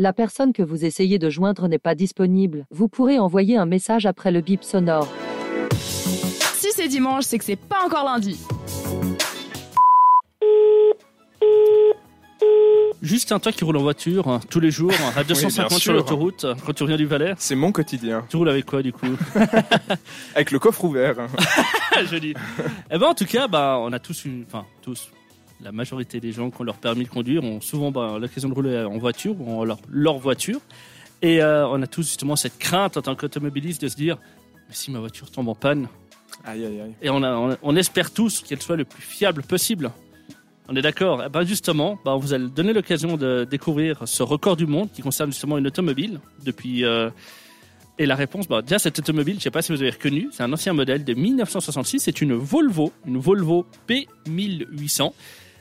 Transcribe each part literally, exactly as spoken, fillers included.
La personne que vous essayez de joindre n'est pas disponible. Vous pourrez envoyer un message après le bip sonore. Si c'est dimanche, c'est que c'est pas encore lundi. Juste un toi qui roule en voiture hein, tous les jours à deux cent cinquante oui, sur l'autoroute quand tu reviens du Valais. C'est mon quotidien. Tu roules avec quoi du coup? Avec le coffre ouvert. Joli. Eh ben en tout cas, bah on a tous une, enfin tous, la majorité des gens qui ont leur permis de conduire ont souvent bah, l'occasion de rouler en voiture ou en leur, leur voiture. Et euh, on a tous justement cette crainte en tant qu'automobiliste de se dire, mais si ma voiture tombe en panne. Aïe aïe aïe. Et on, a, on, on espère tous qu'elle soit le plus fiable possible. On est d'accord. Eh ben justement, bah on vous a donné l'occasion de découvrir ce record du monde qui concerne justement une automobile depuis. Euh, et la réponse, bah déjà cette automobile, je ne sais pas si vous avez reconnu, c'est un ancien modèle de dix-neuf cent soixante-six. C'est une Volvo, une Volvo P mille huit cents,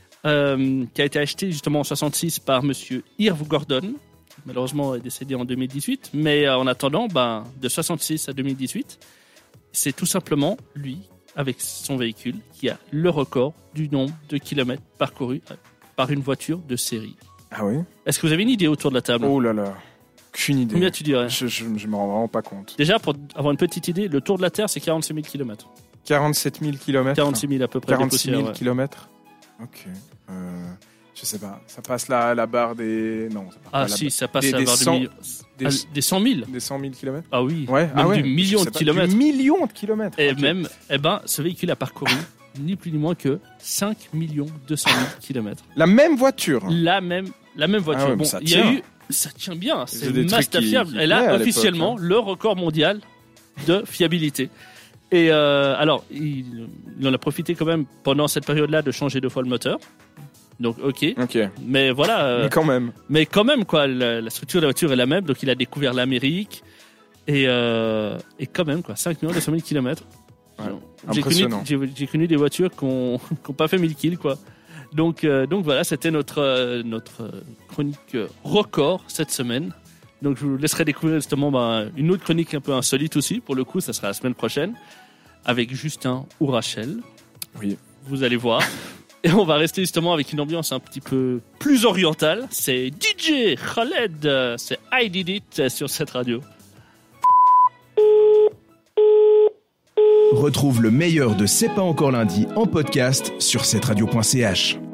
euh, qui a été achetée justement en soixante-six par Monsieur Irv Gordon. Qui, malheureusement, est décédé en deux mille dix-huit. Mais euh, en attendant, bah, de soixante-six à deux mille dix-huit, c'est tout simplement lui, avec son véhicule, qui a le record du nombre de kilomètres parcourus par une voiture de série. Ah oui? Est-ce que vous avez une idée autour de la table? Oh là là, aucune idée. Combien tu dirais? Je, je, je me rends vraiment pas compte. Déjà, pour avoir une petite idée, le tour de la Terre, c'est quarante-six mille kilomètres. quarante-sept mille kilomètres? quarante-six mille à peu près. quarante-six mille kilomètres? Ok. Euh, je sais pas. Ça passe la, la barre des... Non, ça passe Ah pas si, la... ça passe des, la des barre cent... des millions. Des... Ah, des cent mille. Des cent mille kilomètres? Ah oui, ouais. même ah ouais. du million de pas, kilomètres. Du million de kilomètres. Et okay. même, eh ben, ce véhicule a parcouru ni plus ni moins que cinq millions deux cent mille kilomètres. La même voiture? La même, la même voiture. Ah ouais, bon, ça il y a tient. eu, ça tient bien, c'est des master fiable. Elle a officiellement hein. le record mondial de fiabilité. Et euh, alors, il, il en a profité quand même pendant cette période-là de changer deux fois le moteur. Donc, ok. Ok. Mais voilà. Euh, mais quand même. Mais quand même, quoi. La, la structure de la voiture est la même. Donc, il a découvert l'Amérique. Et, euh, et quand même, quoi. cinq millions deux cent mille kilomètres. Ouais, j'ai, connu, impressionnant. j'ai, j'ai connu des voitures qui n'ont pas fait mille kills, quoi. Donc, euh, donc voilà, c'était notre, euh, notre chronique euh, record cette semaine. Donc, je vous laisserai découvrir justement bah, une autre chronique un peu insolite aussi. Pour le coup, ça sera la semaine prochaine. Avec Justin ou Rachel. Oui. Vous allez voir. Et on va rester justement avec une ambiance un petit peu plus orientale. C'est D J Khaled, c'est I Did It sur cette radio. Retrouve le meilleur de C'est pas encore lundi en podcast sur cette radio point c h.